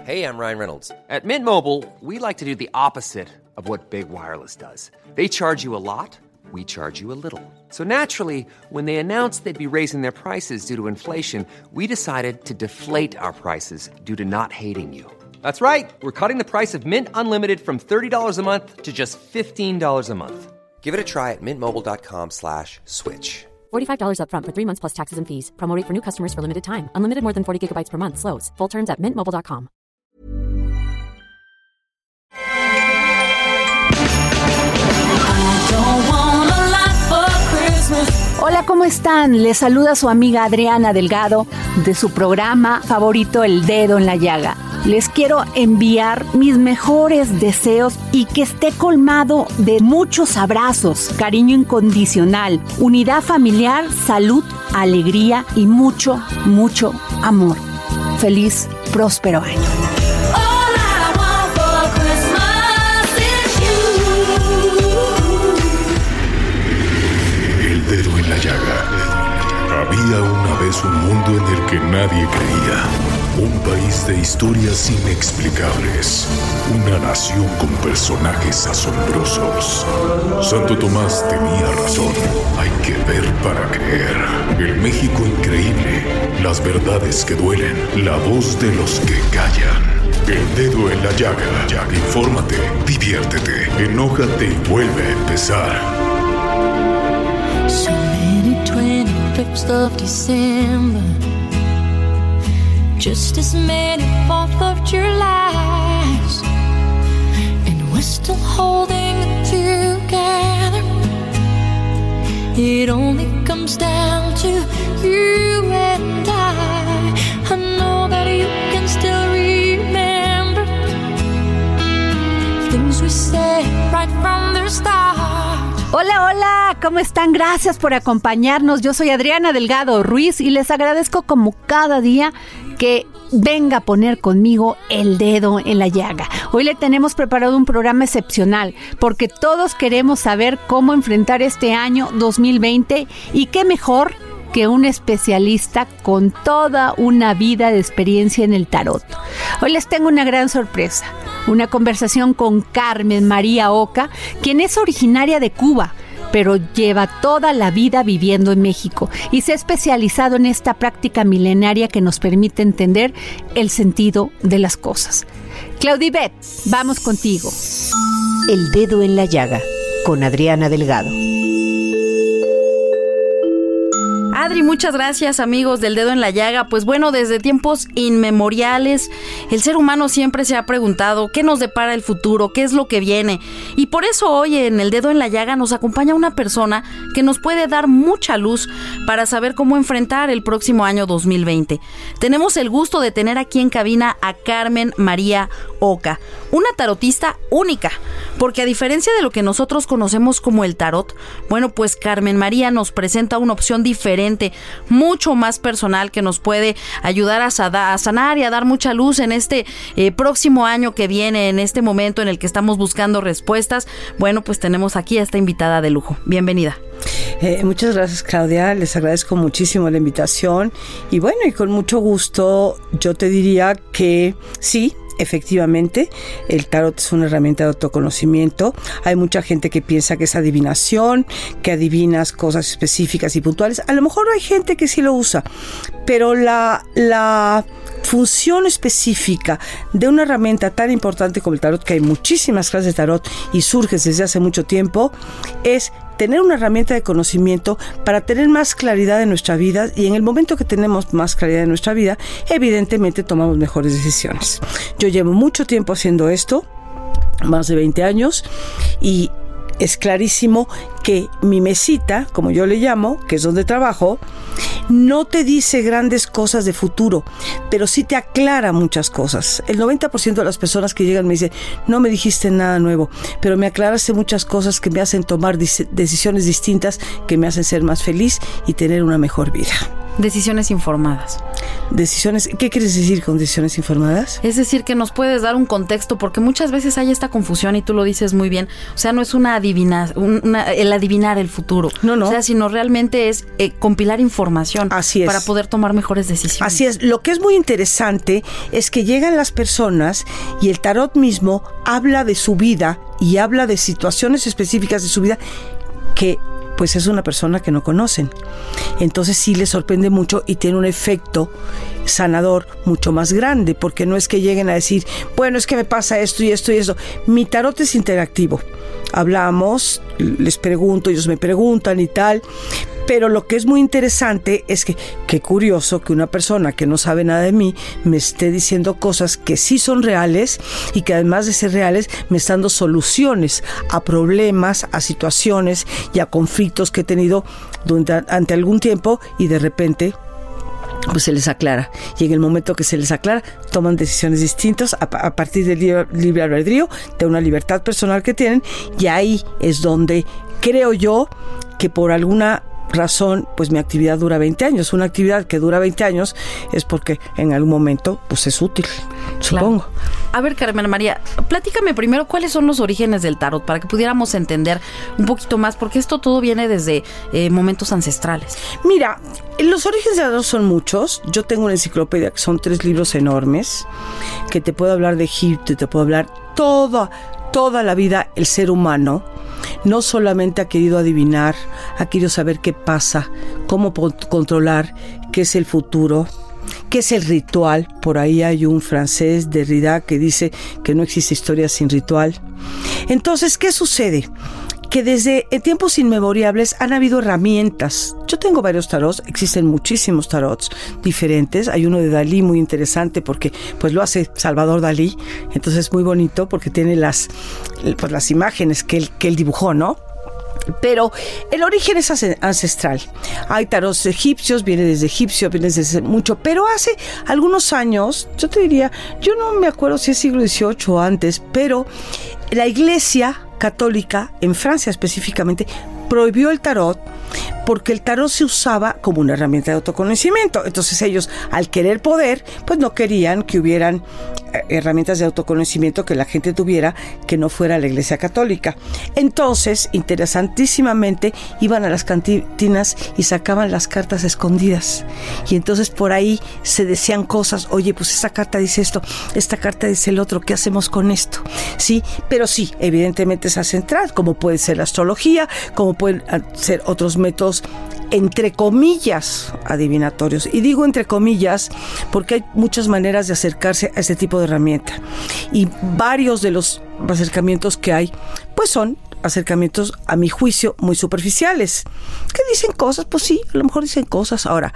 Hey, I'm Ryan Reynolds. At Mint Mobile, we like to do the opposite of what Big Wireless does. They charge you a lot, we charge you a little. So naturally, when they announced they'd be raising their prices due to inflation, we decided to deflate our prices due to not hating you. That's right. We're cutting the price of Mint Unlimited from $30 a month to just $15 a month. Give it a try at mintmobile.com/switch. $45 up front for 3 months plus taxes and fees. Promo rate for new customers for limited time. Unlimited more than 40 gigabytes per month. Slows full terms at mintmobile.com. Hola, ¿cómo están? Les saluda su amiga Adriana Delgado de su programa favorito El Dedo en la Llaga. Les quiero enviar mis mejores deseos y que esté colmado de muchos abrazos, cariño incondicional, unidad familiar, salud, alegría y mucho, mucho amor. Feliz, próspero año. El Dedo en la Llaga. Había una vez un mundo en el que nadie creía. Un país de historias inexplicables. Una nación con personajes asombrosos. Santo Tomás tenía razón. Hay que ver para creer. El México increíble. Las verdades que duelen. La voz de los que callan. El Dedo en la Llaga. Infórmate, diviértete, enójate y vuelve a empezar. So many 25th of December, just as many 4th of Julys, and we're still holding it together. It only comes down to you and I know that you can still remember things we said right from the start. Hola, hola, ¿cómo están? Gracias por acompañarnos. Yo soy Adriana Delgado Ruiz y les agradezco como cada día que venga a poner conmigo el dedo en la llaga. Hoy le tenemos preparado un programa excepcional porque todos queremos saber cómo enfrentar este año 2020 y qué mejor que un especialista con toda una vida de experiencia en el tarot. Hoy les tengo una gran sorpresa, una conversación con Carmen María Oca, quien es originaria de Cuba, pero lleva toda la vida viviendo en México y se ha especializado en esta práctica milenaria que nos permite entender el sentido de las cosas. Claudibet, vamos contigo. El Dedo en la Llaga, con Adriana Delgado. Adri, muchas gracias, amigos del Dedo en la Llaga. Pues bueno, desde tiempos inmemoriales, el ser humano siempre se ha preguntado qué nos depara el futuro, qué es lo que viene. Y por eso hoy en el Dedo en la Llaga nos acompaña una persona que nos puede dar mucha luz para saber cómo enfrentar el próximo año 2020. Tenemos el gusto de tener aquí en cabina a Carmen María Oca, una tarotista única, porque a diferencia de lo que nosotros conocemos como el tarot, bueno, pues Carmen María nos presenta una opción diferente, mucho más personal, que nos puede ayudar a sanar y a dar mucha luz en este próximo año que viene, en este momento en el que estamos buscando respuestas. Bueno, pues tenemos aquí a esta invitada de lujo. Bienvenida. Muchas gracias, Claudia, les agradezco muchísimo la invitación y bueno, y con mucho gusto yo te diría que sí, efectivamente, el tarot es una herramienta de autoconocimiento. Hay mucha gente que piensa que es adivinación, que adivinas cosas específicas y puntuales. A lo mejor hay gente que sí lo usa, pero la función específica de una herramienta tan importante como el tarot, que hay muchísimas clases de tarot y surge desde hace mucho tiempo, es tener una herramienta de conocimiento para tener más claridad en nuestra vida, y en el momento que tenemos más claridad en nuestra vida, evidentemente tomamos mejores decisiones. Yo llevo mucho tiempo haciendo esto, más de 20 años, y es clarísimo que mi mesita, como yo le llamo, que es donde trabajo, no te dice grandes cosas de futuro, pero sí te aclara muchas cosas. El 90% de las personas que llegan me dicen, no me dijiste nada nuevo, pero me aclaraste muchas cosas que me hacen tomar decisiones distintas, que me hacen ser más feliz y tener una mejor vida. Decisiones informadas. ¿Qué quieres decir con decisiones informadas? Es decir, que nos puedes dar un contexto, porque muchas veces hay esta confusión y tú lo dices muy bien. O sea, no es el adivinar el futuro. No. O sea, sino realmente es compilar información. Así es. Para poder tomar mejores decisiones. Así es. Lo que es muy interesante es que llegan las personas y el tarot mismo habla de su vida y habla de situaciones específicas de su vida que pues es una persona que no conocen. Entonces sí les sorprende mucho y tiene un efecto sanador mucho más grande, porque no es que lleguen a decir, bueno, es que me pasa esto y esto y esto. Mi tarot es interactivo. Hablamos, les pregunto, ellos me preguntan y tal. Pero lo que es muy interesante es que, qué curioso que una persona que no sabe nada de mí me esté diciendo cosas que sí son reales y que además de ser reales me están dando soluciones a problemas, a situaciones y a conflictos que he tenido durante algún tiempo y de repente pues se les aclara. Y en el momento que se les aclara, toman decisiones distintas a partir del libre albedrío, de una libertad personal que tienen, y ahí es donde creo yo que por alguna razón, pues mi actividad dura 20 años. Una actividad que dura 20 años es porque en algún momento pues es útil, supongo. Claro. A ver, Carmen María, platícame primero cuáles son los orígenes del tarot para que pudiéramos entender un poquito más, porque esto todo viene desde momentos ancestrales. Mira, los orígenes del tarot son muchos. Yo tengo una enciclopedia que son 3 libros enormes, que te puedo hablar de Egipto, te puedo hablar toda la vida. El ser humano no solamente ha querido adivinar, ha querido saber qué pasa, cómo controlar, qué es el futuro, qué es el ritual. Por ahí hay un francés, Derrida, que dice que no existe historia sin ritual. Entonces, ¿qué sucede? Que desde tiempos inmemoriales han habido herramientas. Yo tengo varios tarots, existen muchísimos tarots diferentes. Hay uno de Dalí muy interesante porque pues lo hace Salvador Dalí, entonces es muy bonito porque tiene las imágenes que él dibujó, ¿no? Pero el origen es ancestral. Hay tarots egipcios, viene desde egipcio, viene desde mucho, pero hace algunos años, yo te diría, yo no me acuerdo si es siglo XVIII o antes, pero la Iglesia Católica, en Francia específicamente, prohibió el tarot porque el tarot se usaba como una herramienta de autoconocimiento. Entonces ellos, al querer poder, pues no querían que hubieran herramientas de autoconocimiento que la gente tuviera que no fuera la Iglesia Católica. Entonces, interesantísimamente, iban a las cantinas y sacaban las cartas escondidas. Y entonces por ahí se decían cosas, oye, pues esta carta dice esto, esta carta dice el otro, ¿qué hacemos con esto? Sí, pero sí, evidentemente es ancestral, como puede ser la astrología, como pueden ser otros métodos, entre comillas, adivinatorios. Y digo entre comillas porque hay muchas maneras de acercarse a este tipo de herramienta. Y varios de los acercamientos que hay, pues son acercamientos, a mi juicio, muy superficiales. ¿Que dicen cosas? Pues sí, a lo mejor dicen cosas. Ahora,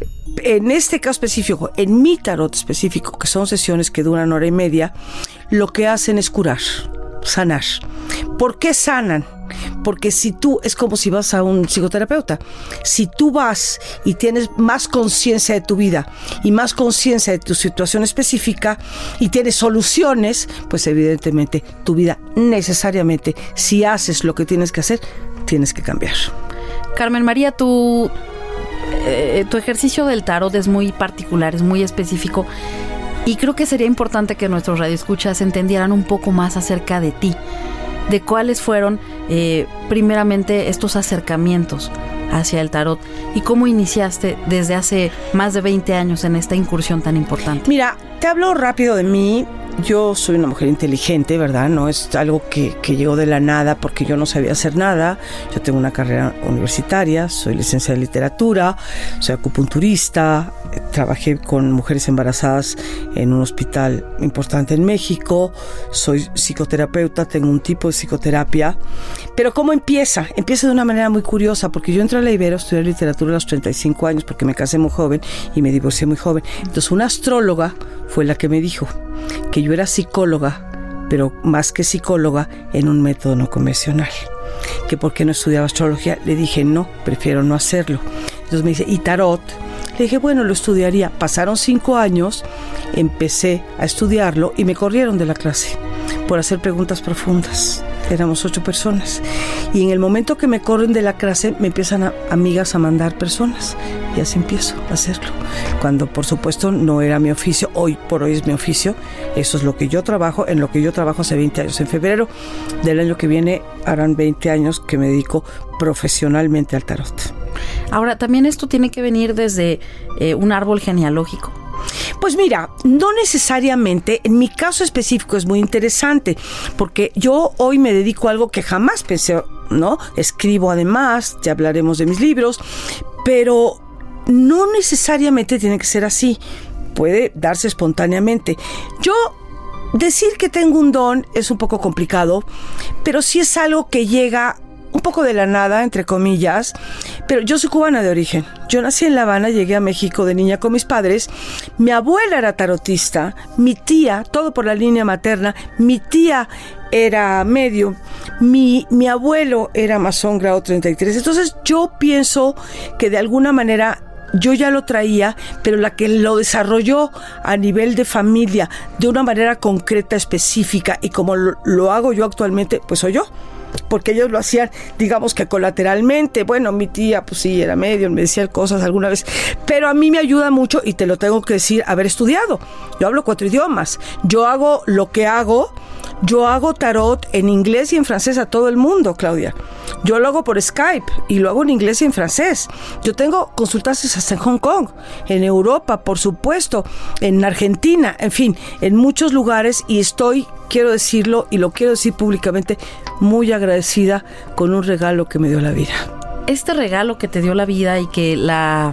en este caso específico, en mi tarot específico, que son sesiones que duran 1:30, lo que hacen es curar, sanar. ¿Por qué sanan? Porque si tú, es como si vas a un psicoterapeuta, si tú vas y tienes más conciencia de tu vida y más conciencia de tu situación específica y tienes soluciones, pues evidentemente tu vida necesariamente, si haces lo que tienes que hacer, tienes que cambiar. Carmen María, tu ejercicio del tarot es muy particular, es muy específico, y creo que sería importante que nuestros radioescuchas entendieran un poco más acerca de ti, de cuáles fueron primeramente estos acercamientos hacia el tarot y cómo iniciaste desde hace más de 20 años en esta incursión tan importante. Mira, te hablo rápido de mí. Yo soy una mujer inteligente, ¿verdad? No es algo que llegó de la nada porque yo no sabía hacer nada. Yo tengo una carrera universitaria, soy licenciada en literatura, soy acupunturista, trabajé con mujeres embarazadas en un hospital importante en México, soy psicoterapeuta, tengo un tipo de psicoterapia. Pero ¿cómo empieza? Empieza de una manera muy curiosa, porque yo entré a la Ibero a estudiar literatura a los 35 años porque me casé muy joven y me divorcié muy joven. Entonces una astróloga fue la que me dijo que yo era psicóloga, pero más que psicóloga, en un método no convencional. Que por qué no estudiaba astrología. Le dije, no, prefiero no hacerlo. Entonces me dice, ¿y tarot? Le dije, bueno, lo estudiaría. Pasaron 5 años, empecé a estudiarlo y me corrieron de la clase por hacer preguntas profundas. Éramos 8 personas. Y en el momento que me corren de la clase, me empiezan amigas a mandar personas. Y así empiezo a hacerlo. Cuando, por supuesto, no era mi oficio, hoy por hoy es mi oficio. Eso es lo que yo trabajo, en lo que yo trabajo hace 20 años. En febrero del año que viene harán 20 años que me dedico profesionalmente al tarot. Ahora, también esto tiene que venir desde un árbol genealógico. Pues mira, no necesariamente. En mi caso específico es muy interesante, porque yo hoy me dedico a algo que jamás pensé, ¿no? Escribo además, ya hablaremos de mis libros, pero no necesariamente tiene que ser así. Puede darse espontáneamente. Yo decir que tengo un don es un poco complicado, pero sí es algo que llega un poco de la nada, entre comillas, pero yo soy cubana de origen. Yo nací en La Habana, llegué a México de niña con mis padres. Mi abuela era tarotista, mi tía, todo por la línea materna, mi tía era medium, mi abuelo era masón grado 33. Entonces yo pienso que de alguna manera yo ya lo traía, pero la que lo desarrolló a nivel de familia de una manera concreta, específica, y como lo hago yo actualmente, pues soy yo. Porque ellos lo hacían, digamos que colateralmente. Bueno, mi tía, pues sí, era medium, me decía cosas alguna vez, pero a mí me ayuda mucho, y te lo tengo que decir, haber estudiado. Yo hablo 4 idiomas, yo hago lo que hago. Yo hago tarot en inglés y en francés a todo el mundo, Claudia. Yo lo hago por Skype y lo hago en inglés y en francés. Yo tengo consultas hasta en Hong Kong, en Europa, por supuesto, en Argentina, en fin, en muchos lugares, y estoy, quiero decirlo y lo quiero decir públicamente, muy agradecida con un regalo que me dio la vida. Este regalo que te dio la vida y que la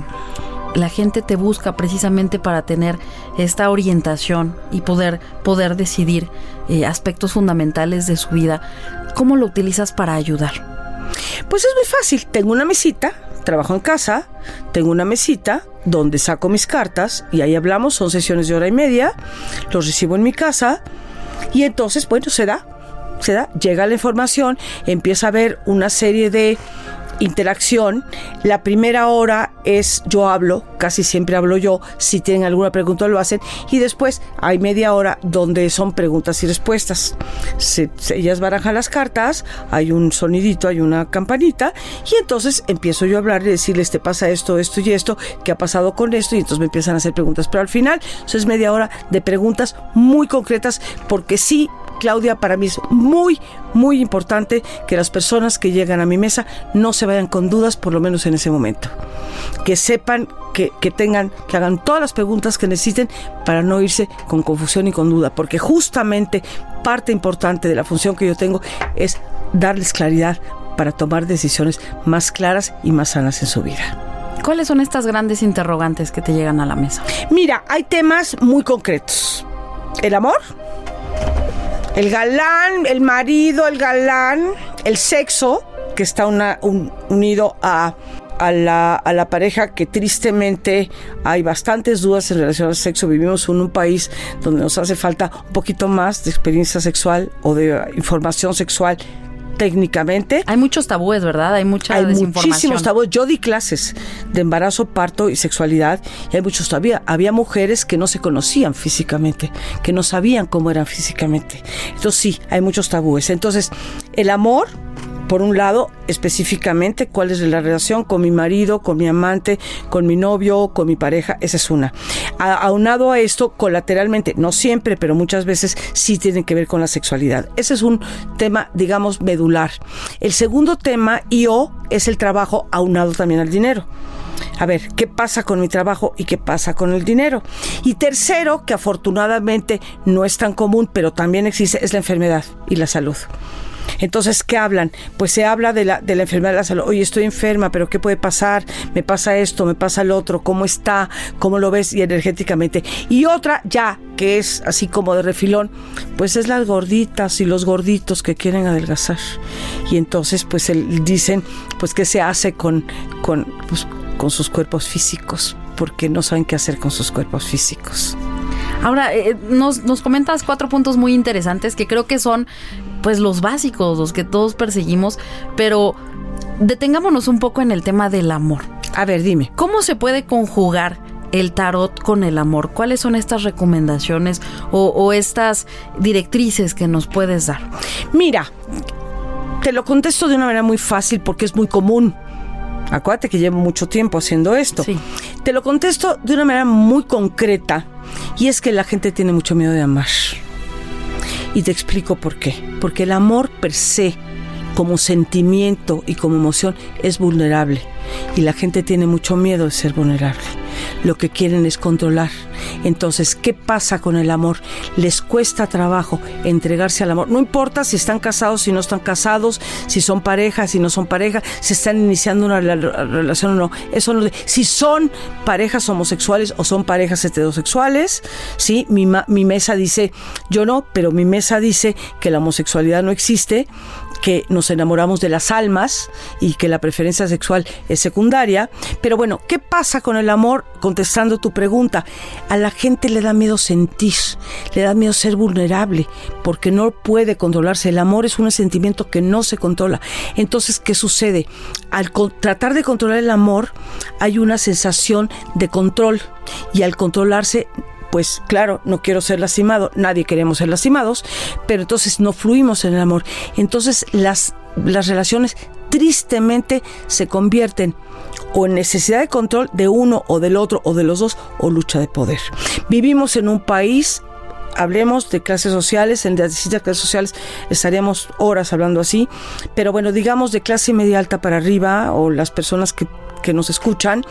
gente te busca precisamente para tener esta orientación y poder decidir aspectos fundamentales de su vida, ¿cómo lo utilizas para ayudar? Pues es muy fácil. Tengo una mesita, trabajo en casa, tengo una mesita donde saco mis cartas y ahí hablamos, son sesiones de 1:30, los recibo en mi casa y entonces, bueno, se da, llega la información, empieza a haber una serie de interacción. La primera hora es yo hablo, casi siempre hablo yo, si tienen alguna pregunta lo hacen, y después hay media hora donde son preguntas y respuestas. Ellas barajan las cartas, hay un sonidito, hay una campanita, y entonces empiezo yo a hablar y decirles, te pasa esto, esto y esto, ¿qué ha pasado con esto? Y entonces me empiezan a hacer preguntas, pero al final eso es media hora de preguntas muy concretas, porque sí, Claudia, para mí es muy, muy importante que las personas que llegan a mi mesa no se vayan con dudas, por lo menos en ese momento. Que sepan, que hagan todas las preguntas que necesiten para no irse con confusión y con duda, porque justamente parte importante de la función que yo tengo es darles claridad para tomar decisiones más claras y más sanas en su vida. ¿Cuáles son estas grandes interrogantes que te llegan a la mesa? Mira, hay temas muy concretos. El amor, el galán, el marido, el galán, el sexo, que está unido a la pareja, que tristemente hay bastantes dudas en relación al sexo. Vivimos en un país donde nos hace falta un poquito más de experiencia sexual o de información sexual. Técnicamente hay muchos tabúes, ¿verdad? Hay desinformación. Muchísimos tabúes. Yo di clases de embarazo, parto y sexualidad, y hay muchos todavía. Había mujeres que no se conocían físicamente, que no sabían cómo eran físicamente. Entonces sí, hay muchos tabúes. Entonces, el amor, por un lado, específicamente, cuál es la relación con mi marido, con mi amante, con mi novio, con mi pareja, esa es una. Aunado a esto, colateralmente, no siempre, pero muchas veces sí tiene que ver con la sexualidad. Ese es un tema, digamos, medular. El segundo tema, es el trabajo aunado también al dinero. A ver, ¿qué pasa con mi trabajo y qué pasa con el dinero? Y tercero, que afortunadamente no es tan común, pero también existe, es la enfermedad y la salud. Entonces, ¿qué hablan? Pues se habla de la enfermedad de la salud. Oye, estoy enferma, pero ¿qué puede pasar? Me pasa esto, me pasa lo otro, ¿cómo está? ¿Cómo lo ves? Y energéticamente. Y otra, ya, que es así como de refilón, pues es las gorditas y los gorditos que quieren adelgazar. Y entonces, pues dicen, pues, ¿qué se hace con sus cuerpos físicos? Porque no saben qué hacer con sus cuerpos físicos. Ahora, nos comentas 4 puntos muy interesantes que creo que son pues los básicos, los que todos perseguimos, pero detengámonos un poco en el tema del amor. A ver, dime. ¿Cómo se puede conjugar el tarot con el amor? ¿Cuáles son estas recomendaciones o estas directrices que nos puedes dar? Mira, te lo contesto de una manera muy fácil porque es muy común. Acuérdate que llevo mucho tiempo haciendo esto. Sí. Te lo contesto de una manera muy concreta, y es que la gente tiene mucho miedo de amar. Y te explico por qué. Porque el amor per se, como sentimiento y como emoción, es vulnerable. Y la gente tiene mucho miedo de ser vulnerable. Lo que quieren es controlar. Entonces, ¿qué pasa con el amor? Les cuesta trabajo entregarse al amor. No importa si están casados, si no están casados, si son pareja, si no son pareja, si están iniciando una relación o no. Eso no. Si son parejas homosexuales o son parejas heterosexuales, ¿sí? Mi mesa dice, yo no, pero mi mesa dice que la homosexualidad no existe, que nos enamoramos de las almas y que la preferencia sexual es secundaria. Pero bueno, ¿qué pasa con el amor? Contestando tu pregunta, a la gente le da miedo sentir, le da miedo ser vulnerable, porque no puede controlarse. El amor es un sentimiento que no se controla. Entonces, ¿qué sucede? Al tratar de controlar el amor, hay una sensación de control, y al controlarse, pues claro, no quiero ser lastimado, nadie queremos ser lastimados, pero entonces no fluimos en el amor. Entonces las relaciones tristemente se convierten o en necesidad de control de uno o del otro o de los dos, o lucha de poder. Vivimos en un país, hablemos de clases sociales, en las distintas clases sociales estaríamos horas hablando así, pero bueno, digamos de clase media alta para arriba, o las personas que nos escuchan,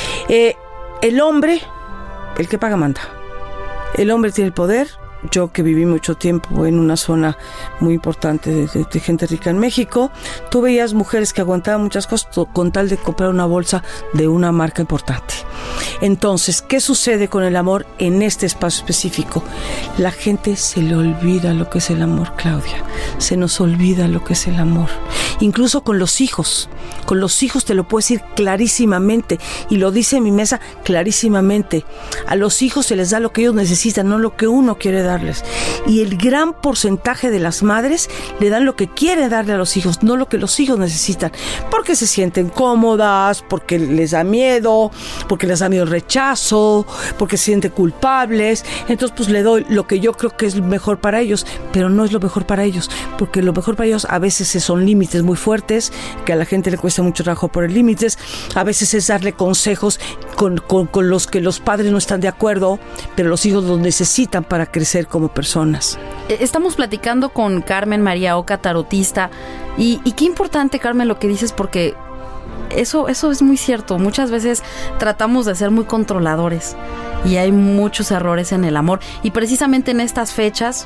el hombre, el que paga manda. El hombre tiene el poder. Yo, que viví mucho tiempo en una zona muy importante de gente rica en México, tú veías mujeres que aguantaban muchas cosas con tal de comprar una bolsa de una marca importante. Entonces, ¿qué sucede con el amor en este espacio específico? La gente se le olvida lo que es el amor, Claudia. Se nos olvida lo que es el amor. Incluso con los hijos. Con los hijos te lo puedo decir clarísimamente, y lo dice en mi mesa clarísimamente. A los hijos se les da lo que ellos necesitan, no lo que uno quiere darles. Y el gran porcentaje de las madres le dan lo que quiere darle a los hijos, no lo que los hijos necesitan, porque se sienten cómodas, porque les da miedo, porque les da miedo el rechazo, porque se sienten culpables. Entonces pues le doy lo que yo creo que es mejor para ellos, pero no es lo mejor para ellos, porque lo mejor para ellos a veces son límites muy fuertes, que a la gente le cuesta mucho trabajo poner límites. A veces es darle consejos con los que los padres no están de acuerdo, pero los hijos los necesitan para crecer como personas. Estamos platicando con Carmen María Oca, tarotista, y qué importante, Carmen, lo que dices, porque eso es muy cierto. Muchas veces tratamos de ser muy controladores y hay muchos errores en el amor, y precisamente en estas fechas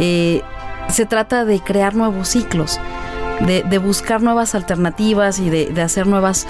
se trata de crear nuevos ciclos, de buscar nuevas alternativas y de hacer nuevos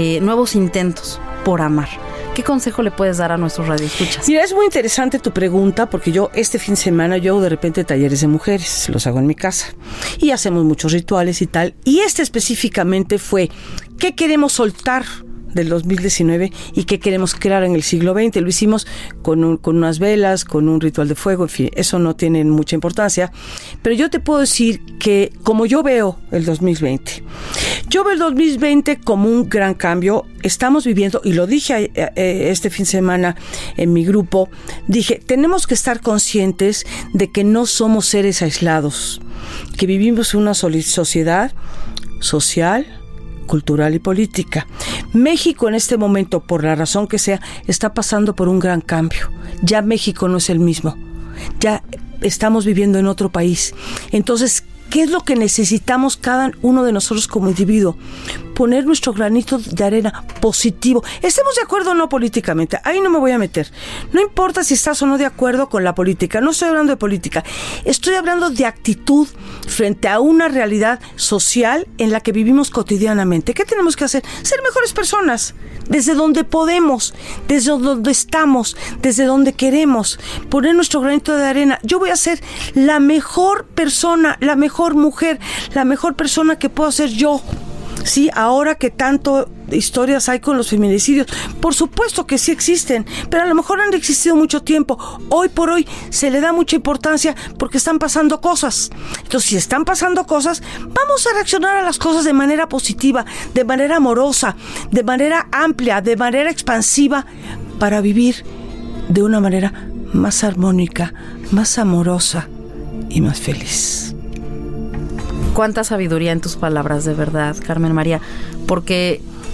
intentos por amar. ¿Qué consejo le puedes dar a nuestros radioescuchas? Mira, es muy interesante tu pregunta, porque yo este fin de semana yo hago de repente talleres de mujeres, los hago en mi casa y hacemos muchos rituales y tal, y este específicamente fue ¿qué queremos soltar del 2019 y qué queremos crear en el siglo XX? Lo hicimos con unas velas, con un ritual de fuego, en fin, eso no tiene mucha importancia, pero yo te puedo decir que como yo veo el 2020, yo veo el 2020 como un gran cambio. Estamos viviendo, y lo dije este fin de semana en mi grupo, dije, tenemos que estar conscientes de que no somos seres aislados, que vivimos en una sociedad social, cultural y política. México en este momento, por la razón que sea, está pasando por un gran cambio. Ya México no es el mismo. Ya estamos viviendo en otro país. Entonces, ¿qué es lo que necesitamos cada uno de nosotros como individuo? Poner nuestro granito de arena positivo. Estemos de acuerdo o no políticamente, ahí no me voy a meter. No importa si estás o no de acuerdo con la política, no estoy hablando de política, estoy hablando de actitud frente a una realidad social en la que vivimos cotidianamente. ¿Qué tenemos que hacer? Ser mejores personas, desde donde podemos, desde donde estamos, desde donde queremos, poner nuestro granito de arena. Yo voy a ser la mejor persona, la mejor mujer, la mejor persona que puedo ser yo. Sí, ahora que tanto historias hay con los feminicidios, por supuesto que sí existen, pero a lo mejor han existido mucho tiempo. Hoy por hoy se le da mucha importancia porque están pasando cosas. Entonces, si están pasando cosas, vamos a reaccionar a las cosas de manera positiva, de manera amorosa, de manera amplia, de manera expansiva, para vivir de una manera más armónica, más amorosa y más feliz. Cuánta sabiduría en tus palabras, de verdad, Carmen María, porque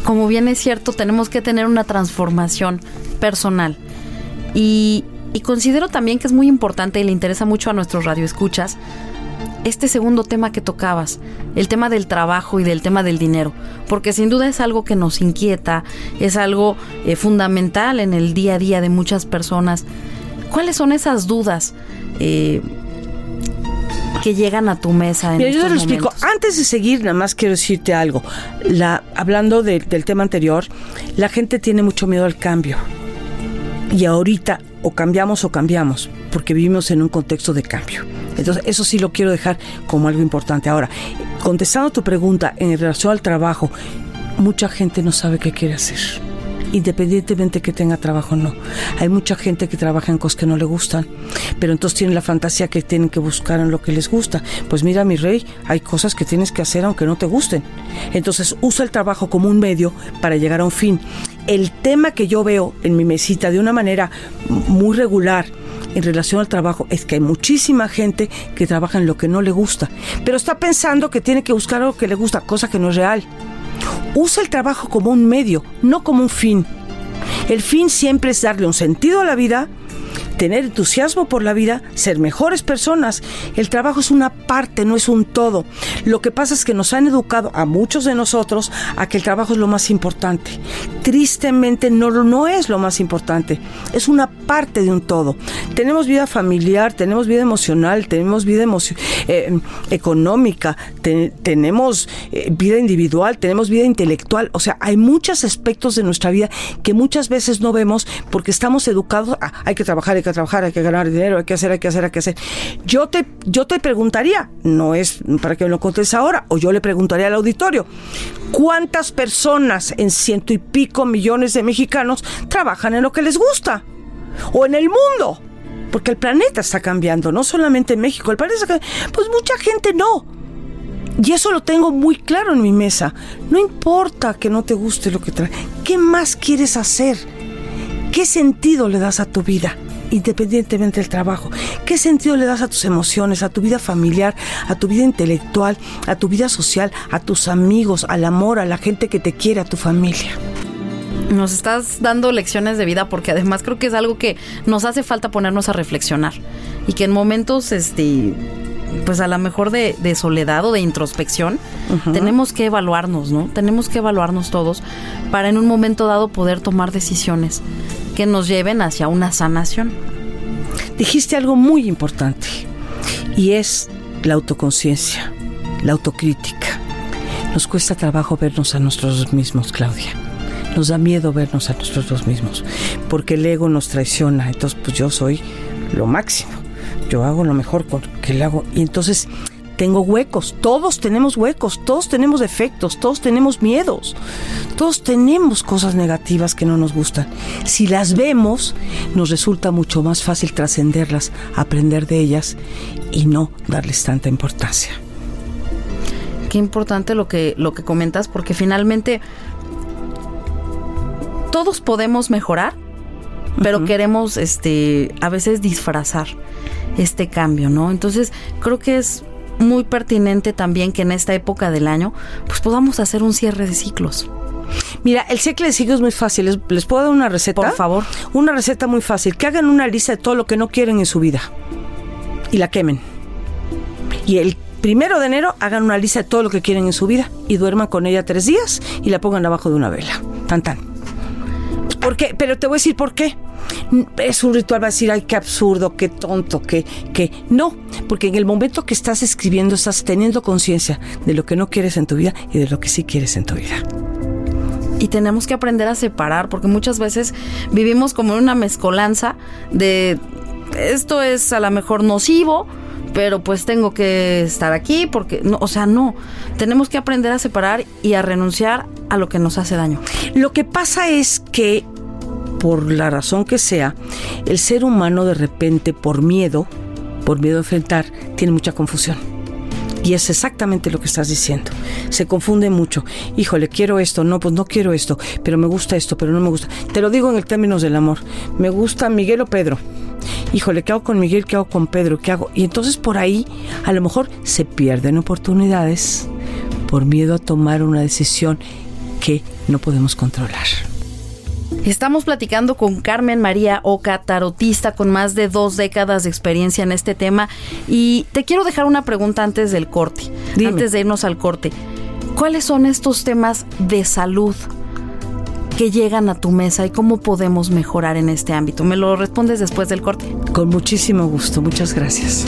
como bien es cierto, tenemos que tener una transformación personal. Y considero también que es muy importante y le interesa mucho a nuestros radioescuchas este segundo tema que tocabas, el tema del trabajo y del tema del dinero, porque sin duda es algo que nos inquieta, es algo fundamental en el día a día de muchas personas. ¿Cuáles son esas dudas que llegan a tu mesa en estos momentos? Yo te lo explico. Antes de seguir, nada más quiero decirte algo. Hablando del tema anterior, la gente tiene mucho miedo al cambio. Y ahorita o cambiamos, porque vivimos en un contexto de cambio. Entonces, eso sí lo quiero dejar como algo importante. Ahora, contestando tu pregunta en relación al trabajo, mucha gente no sabe qué quiere hacer, independientemente que tenga trabajo o no. Hay mucha gente que trabaja en cosas que no le gustan, pero entonces tienen la fantasía que tienen que buscar en lo que les gusta. Pues mira, mi rey, hay cosas que tienes que hacer aunque no te gusten. Entonces usa el trabajo como un medio para llegar a un fin. El tema que yo veo en mi mesita de una manera muy regular en relación al trabajo es que hay muchísima gente que trabaja en lo que no le gusta, pero está pensando que tiene que buscar algo que le gusta, cosa que no es real. Usa el trabajo como un medio, no como un fin. El fin siempre es darle un sentido a la vida, tener entusiasmo por la vida, ser mejores personas. El trabajo es una parte, no es un todo. Lo que pasa es que nos han educado a muchos de nosotros a que el trabajo es lo más importante. Tristemente no es lo más importante, es una parte de un todo. Tenemos vida familiar, tenemos vida emocional, tenemos vida económica, tenemos vida individual, tenemos vida intelectual. O sea, hay muchos aspectos de nuestra vida que muchas veces no vemos porque estamos educados a hay que trabajar, hay que ganar dinero, hay que hacer. Yo te preguntaría, no es para que me lo contestes ahora, o yo le preguntaría al auditorio, ¿cuántas personas en 100 y pico millones de mexicanos trabajan en lo que les gusta? O en el mundo, porque el planeta está cambiando, no solamente en México, el planeta está cambiando. Pues mucha gente no. Y eso lo tengo muy claro en mi mesa. No importa que no te guste lo que traes, ¿qué más quieres hacer? ¿Qué sentido le das a tu vida, independientemente del trabajo? ¿Qué sentido le das a tus emociones, a tu vida familiar, a tu vida intelectual, a tu vida social, a tus amigos, al amor, a la gente que te quiere, a tu familia? Nos estás dando lecciones de vida, porque además creo que es algo que nos hace falta ponernos a reflexionar, y que en momentos pues a lo mejor de soledad o de introspección, tenemos que evaluarnos, ¿no? Tenemos que evaluarnos todos para en un momento dado poder tomar decisiones que nos lleven hacia una sanación. Dijiste algo muy importante, y es la autoconciencia, la autocrítica. Nos cuesta trabajo vernos a nosotros mismos, Claudia. Nos da miedo vernos a nosotros mismos, porque el ego nos traiciona. Entonces, pues yo soy lo máximo. Yo hago lo mejor que le hago. Y entonces tengo huecos. Todos tenemos huecos. Todos tenemos defectos. Todos tenemos miedos. Todos tenemos cosas negativas que no nos gustan. Si las vemos, nos resulta mucho más fácil trascenderlas, aprender de ellas y no darles tanta importancia. Qué importante lo que comentas, porque finalmente todos podemos mejorar, pero queremos a veces disfrazar este cambio, ¿no? Entonces creo que es muy pertinente también que en esta época del año pues podamos hacer un cierre de ciclos. Mira, el cierre de ciclos es muy fácil. ¿Les puedo dar una receta? Por favor. Una receta muy fácil. Que hagan una lista de todo lo que no quieren en su vida y la quemen. Y el 1 de enero hagan una lista de todo lo que quieren en su vida y duerman con ella 3 días y la pongan abajo de una vela. Tan. ¿Por qué? Pero te voy a decir por qué. Es un ritual, va a decir, ay, qué absurdo, qué tonto, que no, porque en el momento que estás escribiendo estás teniendo conciencia de lo que no quieres en tu vida y de lo que sí quieres en tu vida. Y tenemos que aprender a separar, porque muchas veces vivimos como en una mezcolanza de esto es a lo mejor nocivo, pero pues tengo que estar aquí porque no, o sea, no, tenemos que aprender a separar y a renunciar a lo que nos hace daño. Lo que pasa es que por la razón que sea, el ser humano de repente por miedo a enfrentar, tiene mucha confusión. Y es exactamente lo que estás diciendo. Se confunde mucho. Híjole, quiero esto, no, pues no quiero esto, pero me gusta esto, pero no me gusta. Te lo digo en el términos del amor. Me gusta Miguel o Pedro. Híjole, ¿qué hago con Miguel? ¿Qué hago con Pedro? ¿Qué hago? Y entonces por ahí a lo mejor se pierden oportunidades por miedo a tomar una decisión que no podemos controlar. Estamos platicando con Carmen María Oca, tarotista con más de 2 décadas de experiencia en este tema. Y te quiero dejar una pregunta antes del corte, Dime. antes de irnos al corte. ¿Cuáles son estos temas de salud que llegan a tu mesa y cómo podemos mejorar en este ámbito? Me lo respondes después del corte. Con muchísimo gusto, muchas gracias.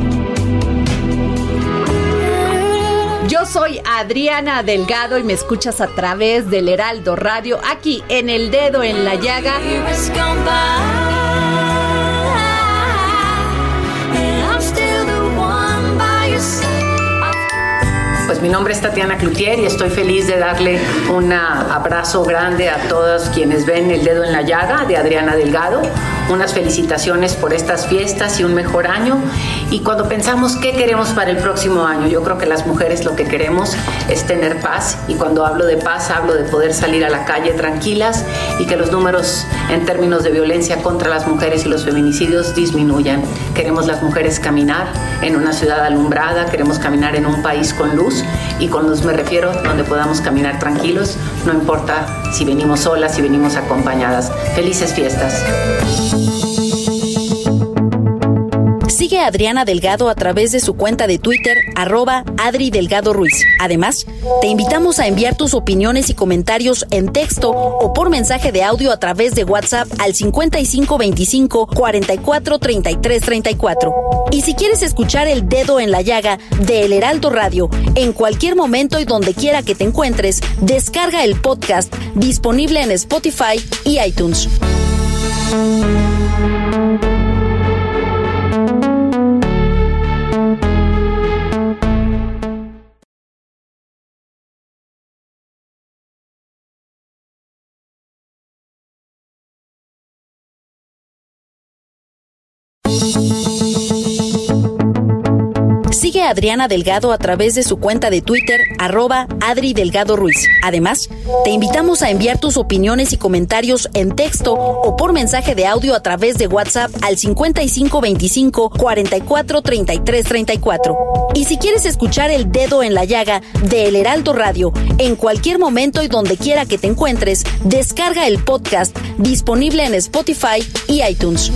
Yo soy Adriana Delgado y me escuchas a través del Heraldo Radio, aquí en El Dedo en la Llaga. Pues mi nombre es Tatiana Cloutier y estoy feliz de darle un abrazo grande a todos quienes ven El Dedo en la Llaga de Adriana Delgado. Unas felicitaciones por estas fiestas y un mejor año. Y cuando pensamos qué queremos para el próximo año, yo creo que las mujeres lo que queremos es tener paz. Y cuando hablo de paz, hablo de poder salir a la calle tranquilas y que los números en términos de violencia contra las mujeres y los feminicidios disminuyan. Queremos las mujeres caminar en una ciudad alumbrada, queremos caminar en un país con luz. Y con luz me refiero donde podamos caminar tranquilos, no importa si venimos solas, si venimos acompañadas. Felices fiestas. Sigue a Adriana Delgado a través de su cuenta de Twitter, @AdriDelgadoRuiz. Además, te invitamos a enviar tus opiniones y comentarios en texto o por mensaje de audio a través de WhatsApp al 5525 44 33 34. Y si quieres escuchar El Dedo en la Llaga de El Heraldo Radio en cualquier momento y donde quiera que te encuentres, descarga el podcast disponible en Spotify y iTunes. Sigue a Adriana Delgado a través de su cuenta de Twitter, @AdriDelgadoRuiz. Además, te invitamos a enviar tus opiniones y comentarios en texto o por mensaje de audio a través de WhatsApp al 5525 44 33 34. Y si quieres escuchar El Dedo en la Llaga de El Heraldo Radio en cualquier momento y donde quiera que te encuentres, descarga el podcast disponible en Spotify y iTunes.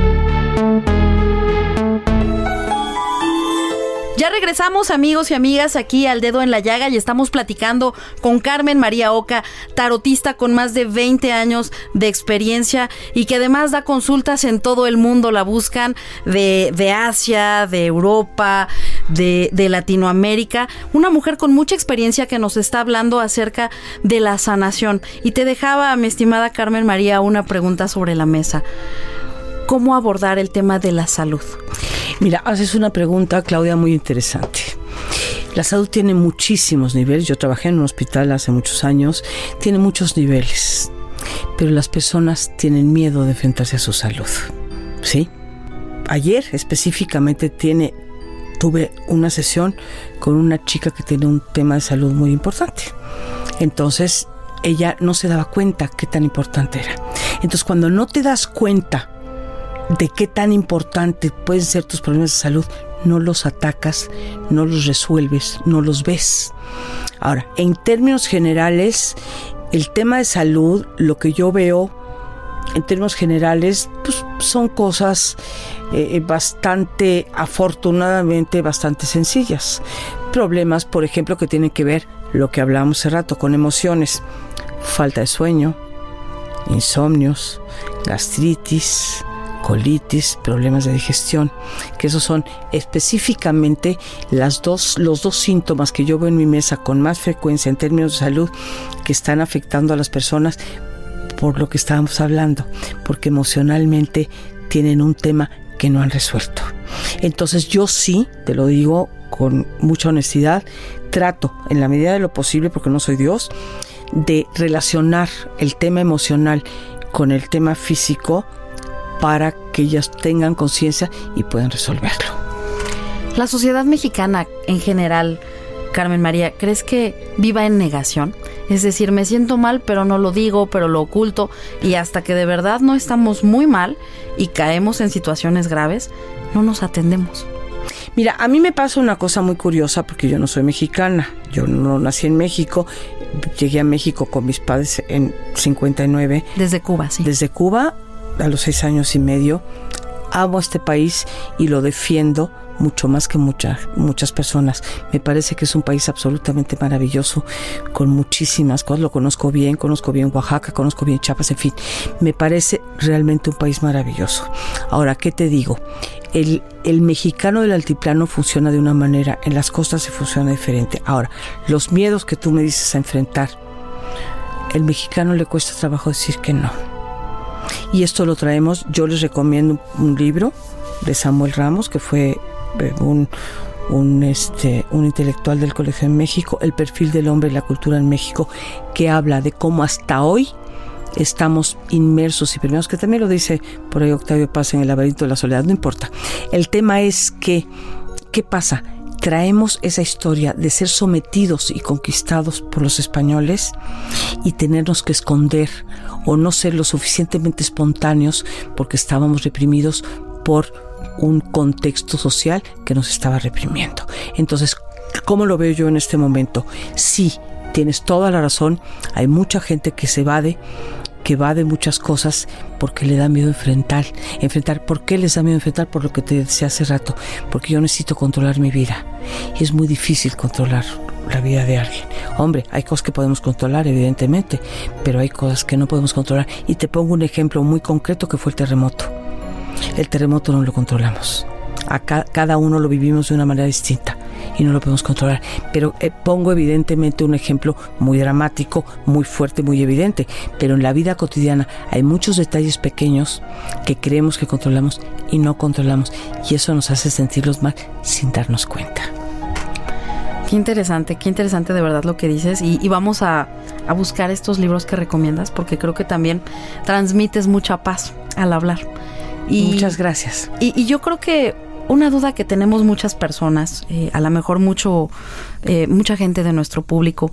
Ya regresamos, amigos y amigas, aquí al Dedo en la Llaga y estamos platicando con Carmen María Oca, tarotista con más de 20 años de experiencia y que además da consultas en todo el mundo. La buscan de Asia, de Europa, de Latinoamérica. Una mujer con mucha experiencia que nos está hablando acerca de la sanación. Y te dejaba, mi estimada Carmen María, una pregunta sobre la mesa. ¿Cómo abordar el tema de la salud? Mira, haces una pregunta, Claudia, muy interesante. La salud tiene muchísimos niveles. Yo trabajé en un hospital hace muchos años. Tiene muchos niveles. Pero las personas tienen miedo de enfrentarse a su salud. ¿Sí? Ayer específicamente tuve una sesión con una chica que tiene un tema de salud muy importante. Entonces, ella no se daba cuenta qué tan importante era. Entonces, cuando no te das cuenta de qué tan importante pueden ser tus problemas de salud, no los atacas, no los resuelves, no los ves. Ahora, en términos generales, el tema de salud, lo que yo veo en términos generales, pues son cosas bastante, afortunadamente, bastante sencillas. Problemas, por ejemplo, que tienen que ver, lo que hablábamos hace rato, con emociones, falta de sueño, insomnios, gastritis, colitis, problemas de digestión, que esos son específicamente los dos síntomas que yo veo en mi mesa con más frecuencia en términos de salud que están afectando a las personas por lo que estábamos hablando, porque emocionalmente tienen un tema que no han resuelto. Entonces yo sí, te lo digo con mucha honestidad, trato en la medida de lo posible, porque no soy Dios, de relacionar el tema emocional con el tema físico para que ellas tengan conciencia y puedan resolverlo. La sociedad mexicana en general, Carmen María, ¿crees que viva en negación? Es decir, me siento mal, pero no lo digo, pero lo oculto, y hasta que de verdad no estamos muy mal y caemos en situaciones graves, no nos atendemos. Mira, a mí me pasa una cosa muy curiosa porque yo no soy mexicana. Yo no nací en México. Llegué a México con mis padres en 59. Desde Cuba, sí. Desde Cuba, a los 6 años y medio. Amo este país y lo defiendo mucho más que muchas personas. Me parece que es un país absolutamente maravilloso, con muchísimas cosas. Lo conozco bien Oaxaca, conozco bien Chiapas, en fin. Me parece realmente un país maravilloso. Ahora, ¿qué te digo? El mexicano del altiplano funciona de una manera, en las costas se funciona diferente. Ahora, los miedos que tú me dices a enfrentar, el mexicano le cuesta trabajo decir que no. Y esto lo traemos, yo les recomiendo un libro de Samuel Ramos, que fue un intelectual del Colegio en México, El perfil del hombre y la cultura en México, que habla de cómo hasta hoy estamos inmersos y permeados, que también lo dice por ahí Octavio Paz en El laberinto de la soledad, no importa. El tema es que, ¿qué pasa? Traemos esa historia de ser sometidos y conquistados por los españoles y tenernos que esconder o no ser lo suficientemente espontáneos porque estábamos reprimidos por un contexto social que nos estaba reprimiendo. Entonces, ¿cómo lo veo yo en este momento? Sí, tienes toda la razón, hay mucha gente que se evade muchas cosas porque le da miedo enfrentar. ¿Por qué les da miedo enfrentar? Por lo que te decía hace rato, porque yo necesito controlar mi vida y es muy difícil controlar la vida de alguien. Hombre, hay cosas que podemos controlar, evidentemente, pero hay cosas que no podemos controlar. Y te pongo un ejemplo muy concreto que fue el terremoto. El terremoto no lo controlamos. Cada uno lo vivimos de una manera distinta y no lo podemos controlar. Pero pongo evidentemente un ejemplo muy dramático, muy fuerte, muy evidente. Pero en la vida cotidiana hay muchos detalles pequeños que creemos que controlamos y no controlamos. Y eso nos hace sentirlos mal sin darnos cuenta. Qué interesante de verdad lo que dices. Y vamos a buscar estos libros que recomiendas porque creo que también transmites mucha paz al hablar. Muchas gracias. Y yo creo que una duda que tenemos muchas personas, a lo mejor mucha gente de nuestro público,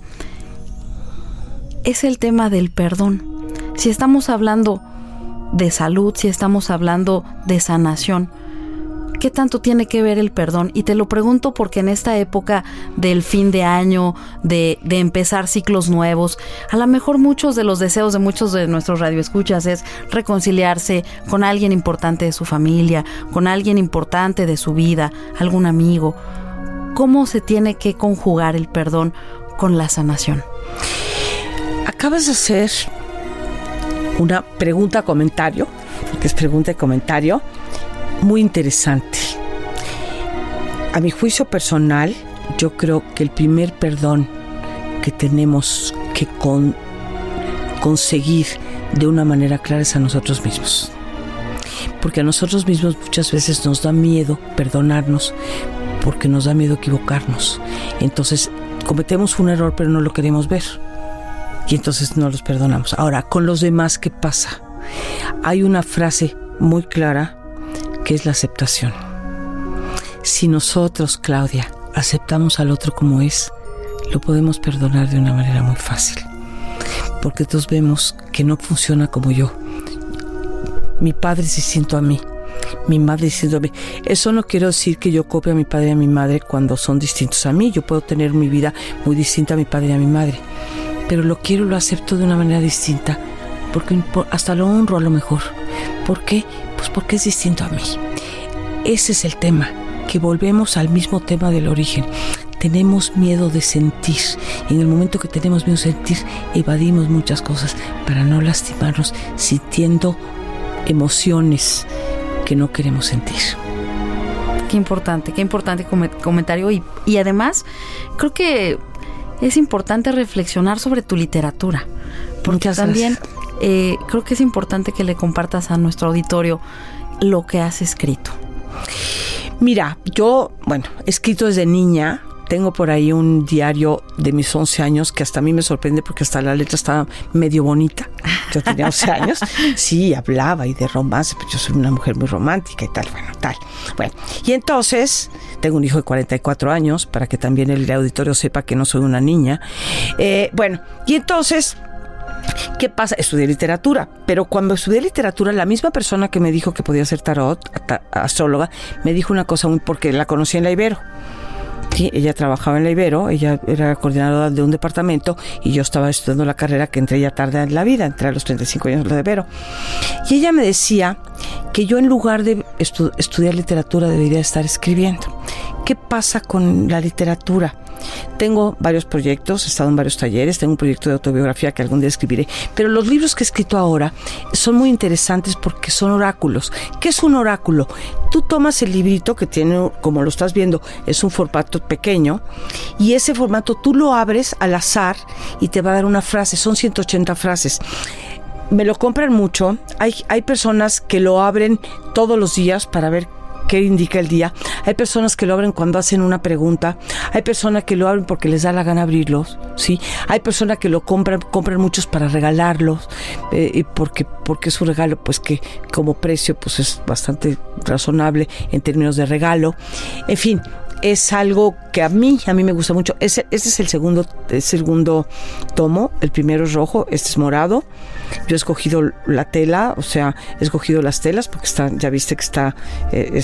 es el tema del perdón. Si estamos hablando de salud, si estamos hablando de sanación, ¿qué tanto tiene que ver el perdón? Y te lo pregunto porque en esta época del fin de año, de empezar ciclos nuevos, a lo mejor muchos de los deseos de muchos de nuestros radioescuchas es reconciliarse con alguien importante de su familia, con alguien importante de su vida, algún amigo. ¿Cómo se tiene que conjugar el perdón con la sanación? Acabas de hacer una pregunta-comentario, porque es pregunta y comentario, muy interesante. A mi juicio personal, yo creo que el primer perdón que tenemos que conseguir de una manera clara es a nosotros mismos. Porque a nosotros mismos muchas veces nos da miedo perdonarnos porque nos da miedo equivocarnos. Entonces cometemos un error pero no lo queremos ver y entonces no los perdonamos. Ahora, con los demás, ¿qué pasa? Hay una frase muy clara que es la aceptación. Si nosotros, Claudia, aceptamos al otro como es, lo podemos perdonar de una manera muy fácil. Porque todos vemos que no funciona como yo. Mi padre es distinto a mí, mi madre es distinto a mí. Eso no quiere decir que yo copie a mi padre y a mi madre cuando son distintos a mí. Yo puedo tener mi vida muy distinta a mi padre y a mi madre. Pero lo acepto de una manera distinta. Porque hasta lo honro a lo mejor. ¿Por qué? Pues porque es distinto a mí. Ese es el tema, que volvemos al mismo tema del origen. Tenemos miedo de sentir. Y en el momento que tenemos miedo de sentir, evadimos muchas cosas para no lastimarnos sintiendo emociones que no queremos sentir. Qué importante comentario. Y además, creo que es importante reflexionar sobre tu literatura. Porque Muchas también gracias. Creo que es importante que le compartas a nuestro auditorio lo que has escrito. Mira, yo, he escrito desde niña. Tengo por ahí un diario de mis 11 años que hasta a mí me sorprende porque hasta la letra estaba medio bonita. Yo tenía 11 años. Sí, hablaba y de romance, pero yo soy una mujer muy romántica y tal. Bueno, y entonces tengo un hijo de 44 años para que también el auditorio sepa que no soy una niña. Y entonces ¿Qué pasa? Estudié literatura, pero cuando estudié literatura, la misma persona que me dijo que podía ser tarot, astróloga, me dijo una cosa porque la conocí en la Ibero. Sí, ella trabajaba en la Ibero, ella era coordinadora de un departamento y yo estaba estudiando la carrera que entré ya tarde en la vida, entré a los 35 años en la Ibero. Y ella me decía que yo en lugar de estudiar literatura debería estar escribiendo. ¿Qué pasa con la literatura? Tengo varios proyectos, he estado en varios talleres, tengo un proyecto de autobiografía que algún día escribiré, pero los libros que he escrito ahora son muy interesantes porque son oráculos. ¿Qué es un oráculo? Tú tomas el librito que tiene, como lo estás viendo, es un formato pequeño y ese formato tú lo abres al azar y te va a dar una frase, son 180 frases. Me lo compran mucho, hay personas que lo abren todos los días para ver qué indica el día. Hay personas que lo abren cuando hacen una pregunta. Hay personas que lo abren porque les da la gana abrirlos, ¿sí? Hay personas que lo compran muchos para regalarlos, porque es un regalo, pues que como precio pues es bastante razonable en términos de regalo. En fin, es algo que a mí me gusta mucho. Este es el segundo tomo. El primero es rojo, este es morado. Yo he escogido la tela, o sea, he escogido las telas porque ya viste que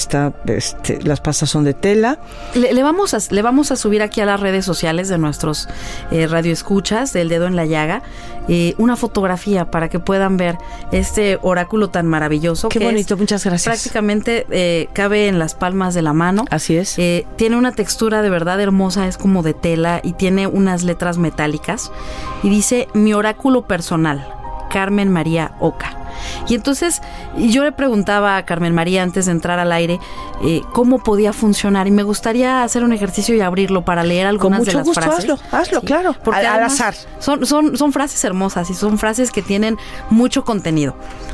las pastas son de tela. Le vamos a subir aquí a las redes sociales de nuestros radioescuchas del Dedo en la Llaga una fotografía para que puedan ver este oráculo tan maravilloso. Qué bonito, muchas gracias. Prácticamente cabe en las palmas de la mano. Así es. Tiene una textura de verdad hermosa, es como de tela y tiene unas letras metálicas y dice: mi oráculo personal, Carmen María Oca. Y entonces yo le preguntaba a Carmen María antes de entrar al aire cómo podía funcionar, y me gustaría hacer un ejercicio y abrirlo para leer algunas de las frases. Con mucho gusto, hazlo, sí, claro, porque al azar. Son frases hermosas y son frases que tienen mucho contenido.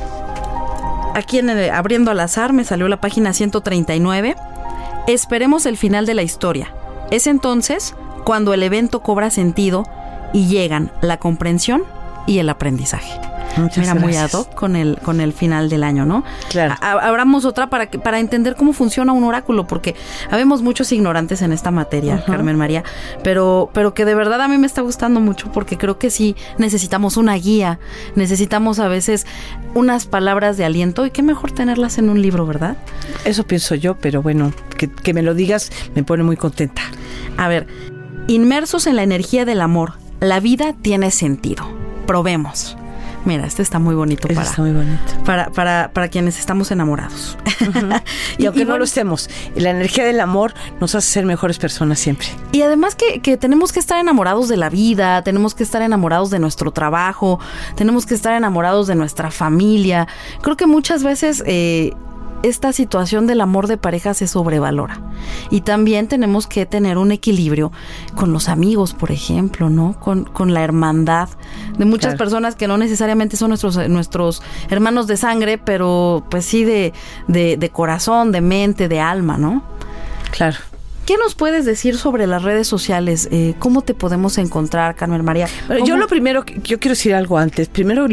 Aquí abriendo al azar me salió la página 139. Esperemos el final de la historia. Es entonces cuando el evento cobra sentido y llegan la comprensión y el aprendizaje. Muchas Mira, gracias. muy ad hoc con el final del año, ¿no? Claro. Abramos otra para entender cómo funciona un oráculo, porque habemos muchos ignorantes en esta materia, Carmen María, pero que de verdad a mí me está gustando mucho, porque creo que sí necesitamos una guía, necesitamos a veces unas palabras de aliento, y qué mejor tenerlas en un libro, ¿verdad? Eso pienso yo, pero bueno, que me lo digas me pone muy contenta. A ver, inmersos en la energía del amor, la vida tiene sentido. Probemos. Mira, este está muy bonito. Está muy bonito. Para quienes estamos enamorados. Y aunque no lo estemos, la energía del amor nos hace ser mejores personas siempre. Y además que tenemos que estar enamorados de la vida, tenemos que estar enamorados de nuestro trabajo, tenemos que estar enamorados de nuestra familia. Creo que muchas veces esta situación del amor de pareja se sobrevalora. Y también tenemos que tener un equilibrio con los amigos, por ejemplo, ¿no? Con la hermandad de muchas personas que no necesariamente son nuestros hermanos de sangre, pero pues sí de corazón, de mente, de alma, ¿no? Claro. ¿Qué nos puedes decir sobre las redes sociales? ¿Cómo te podemos encontrar, Carmen María? Bueno, yo lo primero, yo quiero decir algo antes. Primero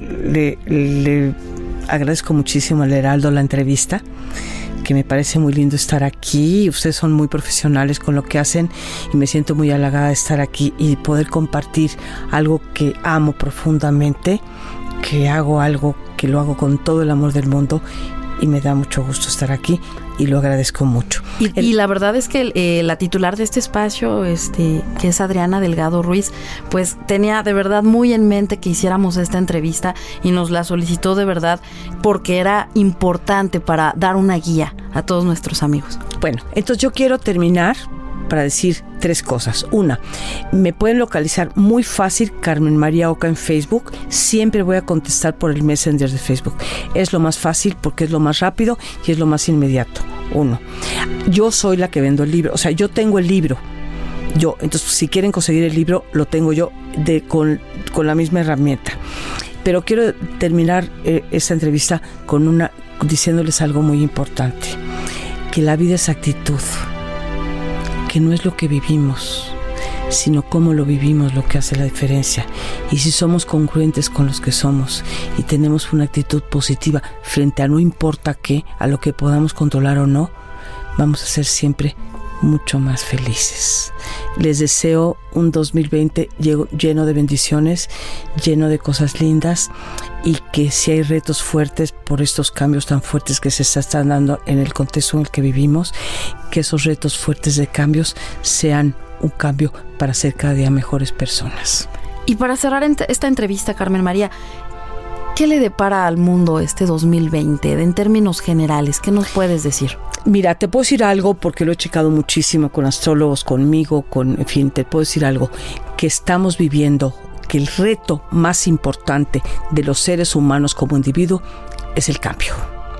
le agradezco muchísimo al Heraldo la entrevista, que me parece muy lindo estar aquí. Ustedes son muy profesionales con lo que hacen y me siento muy halagada de estar aquí y poder compartir algo que amo profundamente, que hago algo que lo hago con todo el amor del mundo, y me da mucho gusto estar aquí y lo agradezco mucho. Y la verdad es que la titular de este espacio, que es Adriana Delgado Ruiz, pues tenía de verdad muy en mente que hiciéramos esta entrevista y nos la solicitó de verdad porque era importante para dar una guía a todos nuestros amigos. Bueno, entonces yo quiero terminar para decir 3 cosas. Una, me pueden localizar muy fácil, Carmen María Oca en Facebook. Siempre voy a contestar por el Messenger de Facebook. Es lo más fácil porque es lo más rápido y es lo más inmediato. 1. Yo soy la que vendo el libro, o sea, yo tengo el libro. Entonces, si quieren conseguir el libro, lo tengo yo con la misma herramienta. Pero quiero terminar esta entrevista diciéndoles algo muy importante, que la vida es actitud, que no es lo que vivimos, sino cómo lo vivimos lo que hace la diferencia. Y si somos congruentes con los que somos y tenemos una actitud positiva frente a no importa qué, a lo que podamos controlar o no, vamos a ser siempre mucho más felices. Les deseo un 2020 lleno de bendiciones, lleno de cosas lindas, y que si hay retos fuertes por estos cambios tan fuertes que se están dando en el contexto en el que vivimos, que esos retos fuertes de cambios sean un cambio para ser cada día mejores personas. Y para cerrar esta entrevista, Carmen María, ¿qué le depara al mundo este 2020 en términos generales? ¿Qué nos puedes decir? Mira, te puedo decir algo porque lo he checado muchísimo con astrólogos, conmigo, en fin, te puedo decir algo, que estamos viviendo, que el reto más importante de los seres humanos como individuo es el cambio.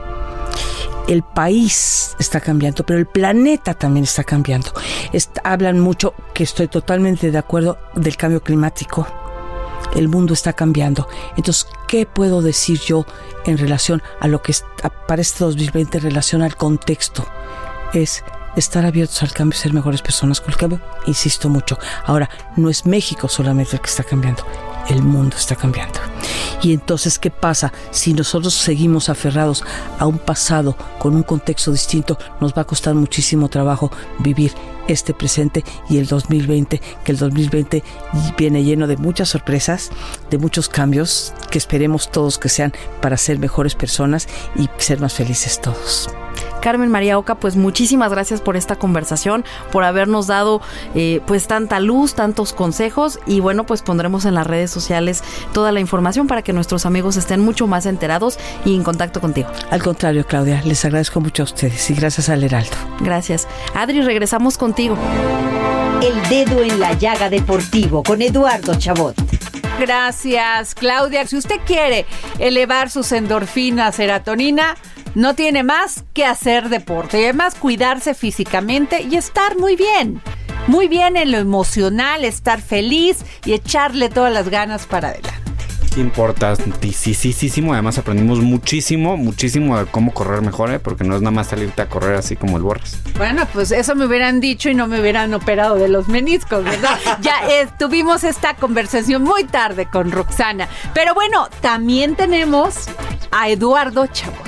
El país está cambiando, pero el planeta también está cambiando. Hablan mucho, que estoy totalmente de acuerdo, del cambio climático. El mundo está cambiando. Entonces, ¿qué puedo decir yo en relación a lo que para este 2020, en relación al contexto? Es estar abiertos al cambio, ser mejores personas con el cambio. Insisto mucho. Ahora, no es México solamente el que está cambiando. El mundo está cambiando. Y entonces, ¿qué pasa? Si nosotros seguimos aferrados a un pasado con un contexto distinto, nos va a costar muchísimo trabajo vivir este presente y el 2020, que el 2020 viene lleno de muchas sorpresas, de muchos cambios, que esperemos todos que sean para ser mejores personas y ser más felices todos. Carmen María Oca, pues muchísimas gracias por esta conversación, por habernos dado pues tanta luz, tantos consejos, y bueno, pues pondremos en las redes sociales toda la información para que nuestros amigos estén mucho más enterados y en contacto contigo. Al contrario, Claudia, les agradezco mucho a ustedes y gracias al Heraldo. Gracias. Adri, regresamos contigo. El Dedo en la Llaga Deportivo con Eduardo Chabot. Gracias, Claudia. Si usted quiere elevar sus endorfinas, serotonina, no tiene más que hacer deporte y además cuidarse físicamente y estar muy bien en lo emocional, estar feliz y echarle todas las ganas para adelante. Importantísimo. Además aprendimos muchísimo de cómo correr mejor, porque no es nada más salirte a correr así como el Borras. Bueno, pues eso me hubieran dicho y no me hubieran operado de los meniscos, ¿verdad? Ya tuvimos esta conversación muy tarde con Roxana. Pero bueno, también tenemos a Eduardo Chabot.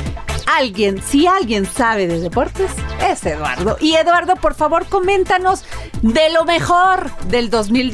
Si alguien sabe de deportes, es Eduardo. Y Eduardo, por favor, coméntanos de lo mejor del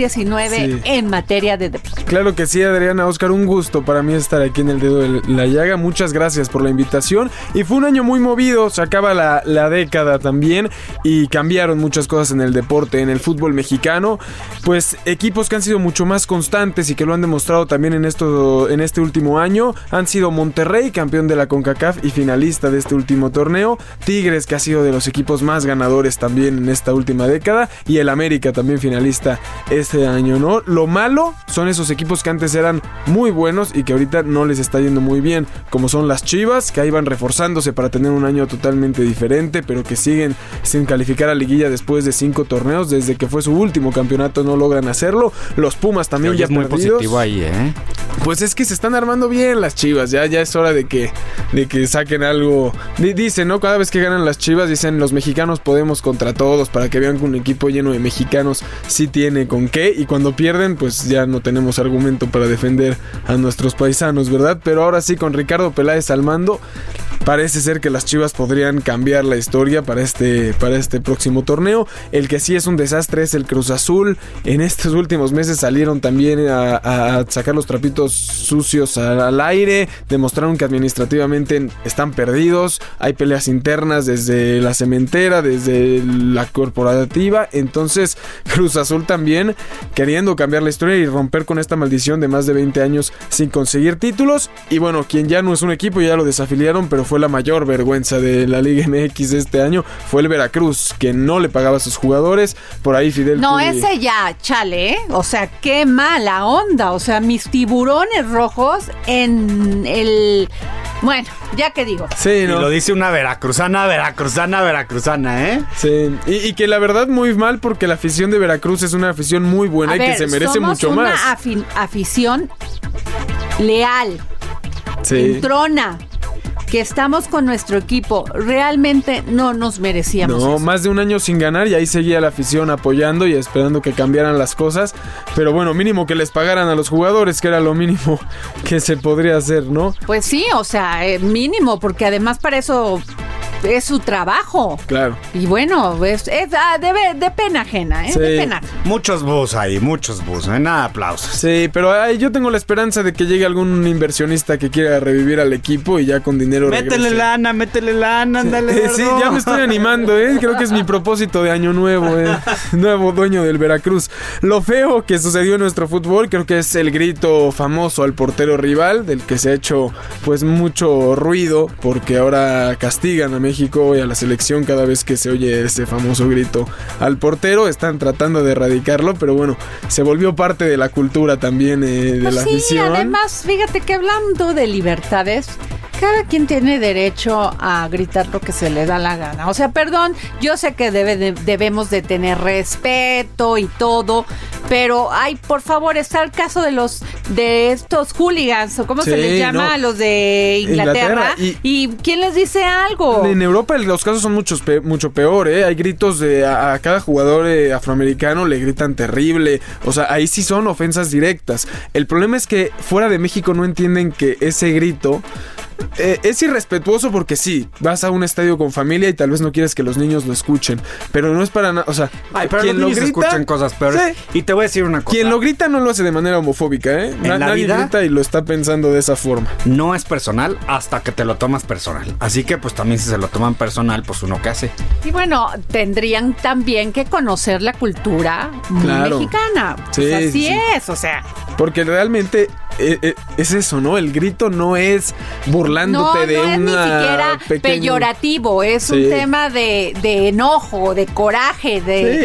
2019 en materia de deportes. Claro que sí, Adriana, Oscar, un gusto para mí estar aquí en el Dedo de la Llaga. Muchas gracias por la invitación. Y fue un año muy movido, se acaba la década también y cambiaron muchas cosas en el deporte, en el fútbol mexicano. Pues equipos que han sido mucho más constantes y que lo han demostrado también en este último año han sido Monterrey, campeón de la CONCACAF y finalista de este último torneo, Tigres, que ha sido de los equipos más ganadores también en esta última década, y el América también finalista este año, ¿no? Lo malo son esos equipos que antes eran muy buenos y que ahorita no les está yendo muy bien, como son las Chivas, que ahí van reforzándose para tener un año totalmente diferente, pero que siguen sin calificar a liguilla después de 5 torneos, desde que fue su último campeonato no logran hacerlo. Los Pumas también ya es muy perdidos. Positivo ahí, Pues es que se están armando bien las Chivas, ya es hora de que saquen algo. Dicen, ¿no? Cada vez que ganan las Chivas, dicen, los mexicanos podemos contra todos, para que vean que un equipo lleno de mexicanos sí tiene con qué, y cuando pierden, pues ya no tenemos argumento para defender a nuestros paisanos, ¿verdad? Pero ahora sí, con Ricardo Peláez al mando, parece ser que las Chivas podrían cambiar la historia para este próximo torneo. El que sí es un desastre es el Cruz Azul. En estos últimos meses salieron también a sacar los trapitos sucios al aire, demostraron que administrativamente están perdidos, hay peleas internas desde la cementera, desde la corporativa. Entonces Cruz Azul también queriendo cambiar la historia y romper con esta maldición de más de 20 años sin conseguir títulos. Y bueno, quien ya no es un equipo, ya lo desafiliaron, pero fue la mayor vergüenza de la Liga MX de este año, fue el Veracruz, que no le pagaba a sus jugadores. Por ahí Fidel... No, ese ya, chale, O sea, qué mala onda. O sea, mis tiburones rojos en el... Bueno, ya que digo. Sí, ¿no? Y lo dice una veracruzana, ¿eh? Sí, y que la verdad muy mal, porque la afición de Veracruz es una afición muy buena y que se merece mucho más. Somos una afición leal, entrona, que estamos con nuestro equipo. Realmente no nos merecíamos eso. Más de un año sin ganar, y ahí seguía la afición apoyando y esperando que cambiaran las cosas. Pero bueno, mínimo que les pagaran a los jugadores, que era lo mínimo que se podría hacer, ¿no? Pues sí, o sea, mínimo, porque además para eso es su trabajo. Claro. Y bueno, de pena ajena, ¿eh? Sí. De pena. Muchos bus ahí, nada aplausos. Sí, pero yo tengo la esperanza de que llegue algún inversionista que quiera revivir al equipo y ya con dinero Métele lana, ándale. Sí, ya me estoy animando, creo que es mi propósito de año nuevo, nuevo dueño del Veracruz. Lo feo que sucedió en nuestro fútbol creo que es el grito famoso al portero rival, del que se ha hecho pues mucho ruido, porque ahora castigan a México y a la selección cada vez que se oye ese famoso grito al portero. Están tratando de erradicarlo, pero bueno, se volvió parte de la cultura también de la afición. Sí, además, fíjate que hablando de libertades, cada quien tiene derecho a gritar lo que se le da la gana. O sea, perdón, yo sé que debemos de tener respeto y todo, pero por favor, está el caso de estos hooligans, o cómo se les llama, a los de Inglaterra. ¿Y quién les dice algo? En Europa los casos son mucho peor, Hay gritos a cada jugador afroamericano le gritan terrible. O sea, ahí sí son ofensas directas. El problema es que fuera de México no entienden que ese grito es irrespetuoso, porque sí, vas a un estadio con familia y tal vez no quieres que los niños lo escuchen, pero no es para nada, o sea, pero quien los niños escuchan cosas peores. Sí. Y te voy a decir una cosa. Quien lo grita no lo hace de manera homofóbica, Nadie grita y lo está pensando de esa forma. No es personal hasta que te lo tomas personal. Así que pues también si se lo toman personal, pues uno qué hace. Y bueno, tendrían también que conocer la cultura mexicana. Sí, pues así sí. es, o sea. Porque realmente es eso, ¿no? El grito no es burlándote de una... No es ni siquiera peyorativo, es un tema de enojo, de coraje,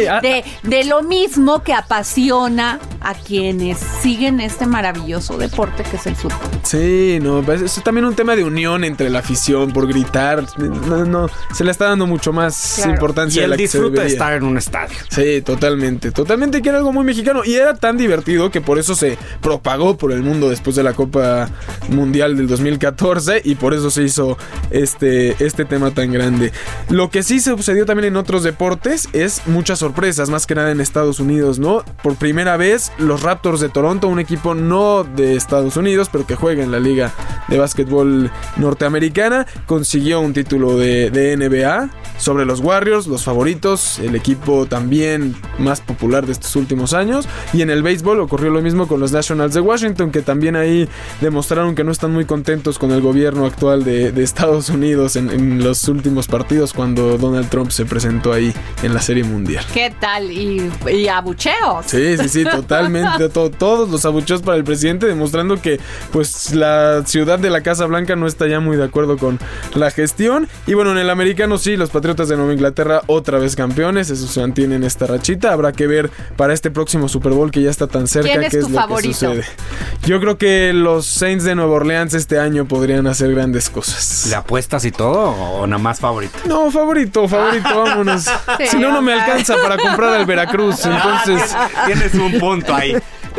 de lo mismo que apasiona a quienes siguen este maravilloso deporte que es el fútbol. Sí, no, es también un tema de unión entre la afición por gritar. No, se le está dando mucho más importancia y a la que se debería. de estar en un estadio. Sí, totalmente, que era algo muy mexicano y era tan divertido que por eso se propagó por el mundo después de la Copa Mundial del 2014 y por eso se hizo este tema tan grande. Lo que sí sucedió también en otros deportes es muchas sorpresas, más que nada en Estados Unidos, ¿no? Por primera vez los Raptors de Toronto, un equipo no de Estados Unidos, pero que juega en la liga de básquetbol norteamericana, consiguió un título de NBA sobre los Warriors, los favoritos, el equipo también más popular de estos últimos años. Y en el béisbol ocurrió lo mismo con los Nationals de Washington, que también ahí demostraron que no están muy contentos con el gobierno actual de Estados Unidos en los últimos partidos cuando Donald Trump se presentó ahí en la Serie Mundial. ¿Qué tal? Y abucheos. Sí, totalmente. Todos los abucheos para el presidente, demostrando que pues la ciudad de la Casa Blanca no está ya muy de acuerdo con la gestión. Y bueno, en el americano sí, los Patriotas de Nueva Inglaterra otra vez campeones, eso se mantienen esta rachita. Habrá que ver para este próximo Super Bowl que ya está tan cerca qué es lo favorito? Que sucede. Yo creo que los Saints de Nueva Orleans este año podrían hacer grandes cosas. ¿Le apuestas y todo o nada más favorito? No, favorito, vámonos. Sí, si no me alcanza para comprar al Veracruz, entonces... Tienes un punto ahí.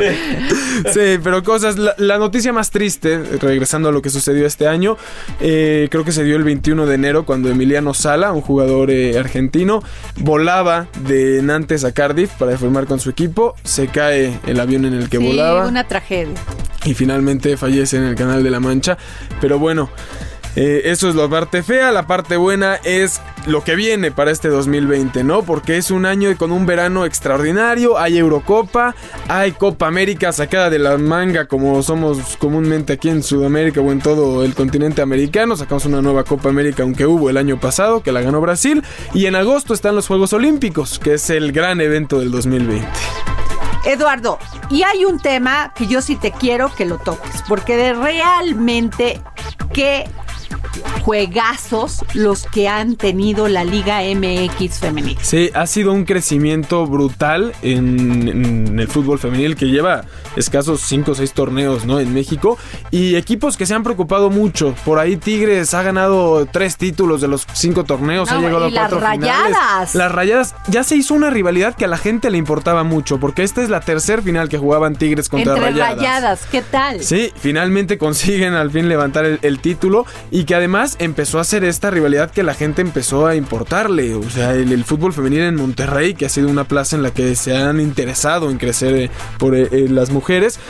Sí, pero cosas. La noticia más triste, regresando a lo que sucedió este año, creo que se dio el 21 de enero cuando Emiliano Sala, un jugador argentino, volaba de Nantes a Cardiff para firmar con su equipo. Se cae el avión en el que volaba. Una tragedia. Y finalmente fallece en el Canal de la Mancha. Pero bueno, eso es la parte fea. La parte buena es lo que viene para este 2020, ¿no? Porque es un año con un verano extraordinario. Hay Eurocopa, hay Copa América sacada de la manga, como somos comúnmente aquí en Sudamérica o en todo el continente americano. Sacamos una nueva Copa América, aunque hubo el año pasado, que la ganó Brasil. Y en agosto están los Juegos Olímpicos, que es el gran evento del 2020. Eduardo, y hay un tema que yo sí te quiero que lo toques, porque realmente qué juegazos los que han tenido la Liga MX femenil. Sí, ha sido un crecimiento brutal en el fútbol femenil, que lleva escasos 5 o 6 torneos, ¿no? En México, y equipos que se han preocupado mucho. Por ahí Tigres ha ganado 3 títulos de los 5 torneos, ha llegado a 4 finales. Las Rayadas, ya se hizo una rivalidad que a la gente le importaba mucho, porque esta es la tercera final que jugaban Tigres contra Rayadas. ¿Qué tal? Sí, finalmente consiguen al fin levantar el título, y que además empezó a hacer esta rivalidad que la gente empezó a importarle. O sea, el fútbol femenil en Monterrey, que ha sido una plaza en la que se han interesado en crecer por las mujeres,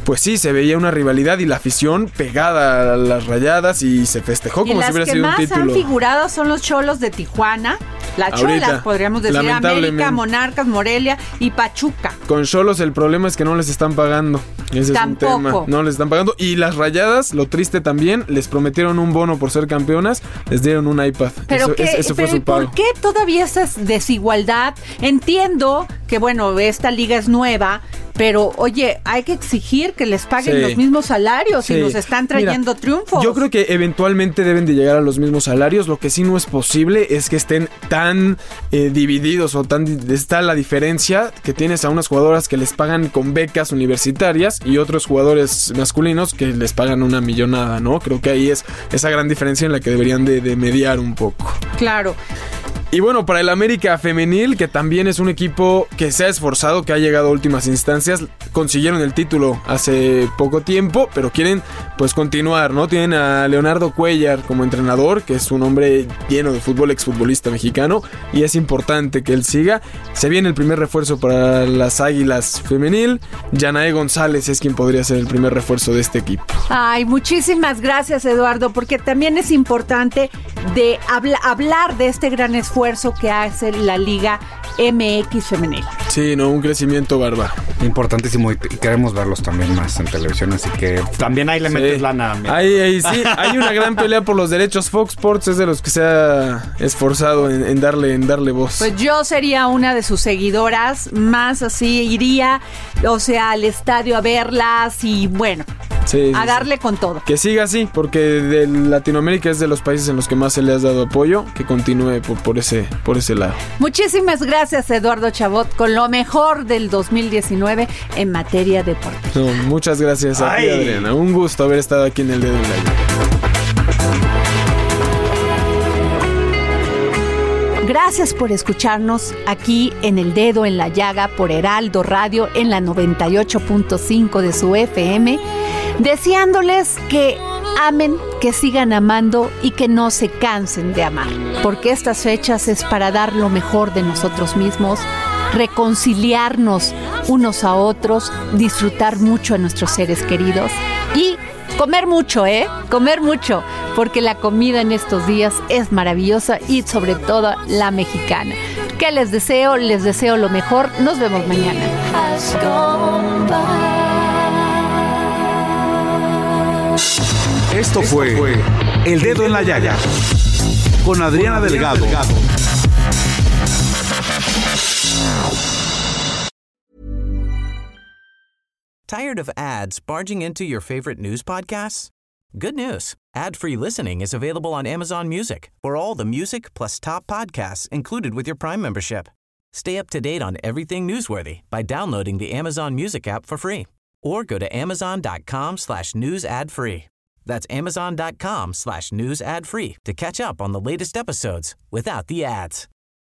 pues sí, se veía una rivalidad y la afición pegada a las Rayadas y se festejó como si hubiera sido un título. Y las que más han figurado son los Cholos de Tijuana, las Cholas, podríamos decir, América, Monarcas, Morelia y Pachuca. Con Cholos el problema es que no les están pagando. Ese Tampoco. es un tema. No les están pagando. Y las Rayadas, lo triste también, les prometieron un bono por ser campeonas, les dieron un iPad. Pero eso fue su pago. ¿Por qué todavía esa desigualdad? Entiendo que, bueno, esta liga es nueva, pero, oye, hay que exigir que les paguen los mismos salarios y nos están trayendo triunfos. Yo creo que eventualmente deben de llegar a los mismos salarios. Lo que sí no es posible es que estén tan divididos o está la diferencia que tienes a unas jugadoras que les pagan con becas universitarias y otros jugadores masculinos que les pagan una millonada, ¿no? Creo que ahí es esa gran diferencia en la que deberían de mediar un poco. Claro. Y bueno, para el América femenil, que también es un equipo que se ha esforzado, que ha llegado a últimas instancias, consiguieron el título hace poco tiempo, pero quieren pues continuar, ¿no? Tienen a Leonardo Cuellar como entrenador, que es un hombre lleno de fútbol, exfutbolista mexicano, y es importante que él siga. Se viene el primer refuerzo para las Águilas femenil. Yanae González es quien podría ser el primer refuerzo de este equipo. Ay, muchísimas gracias, Eduardo, porque también es importante de hablar de este gran esfuerzo que hace la Liga MX femenil. Sí, no, un crecimiento bárbaro. Importantísimo, y queremos verlos también más en televisión, así que también ahí le metes lana. Ahí sí, hay una gran pelea por los derechos. Fox Sports es de los que se ha esforzado en darle voz. Pues yo sería una de sus seguidoras, más así, iría, o sea, al estadio a verlas y bueno, a darle con todo. Que siga así, porque de Latinoamérica es de los países en los que más se le ha dado apoyo, que continúe por ese lado. Muchísimas gracias, Eduardo Chabot, con lo mejor del 2019 en materia deportiva. No, muchas gracias a ti, Adriana. Un gusto haber estado aquí en El Dedo en la Llaga. Gracias por escucharnos aquí en El Dedo en la Llaga por Heraldo Radio en la 98.5 de su FM, deseándoles que amen, que sigan amando y que no se cansen de amar, porque estas fechas es para dar lo mejor de nosotros mismos, reconciliarnos unos a otros, disfrutar mucho a nuestros seres queridos y comer mucho, comer mucho, porque la comida en estos días es maravillosa y sobre todo la mexicana. ¿Qué les deseo? Les deseo lo mejor. Nos vemos mañana. Esto fue El Dedo en la Llaga con Adriana Delgado. Tired of ads barging into your favorite news podcasts? Good news. Ad-free listening is available on Amazon Music for all the music plus top podcasts included with your Prime membership. Stay up to date on everything newsworthy by downloading the Amazon Music app for free or go to amazon.com/news ad free. That's amazon.com/news ad free to catch up on the latest episodes without the ads.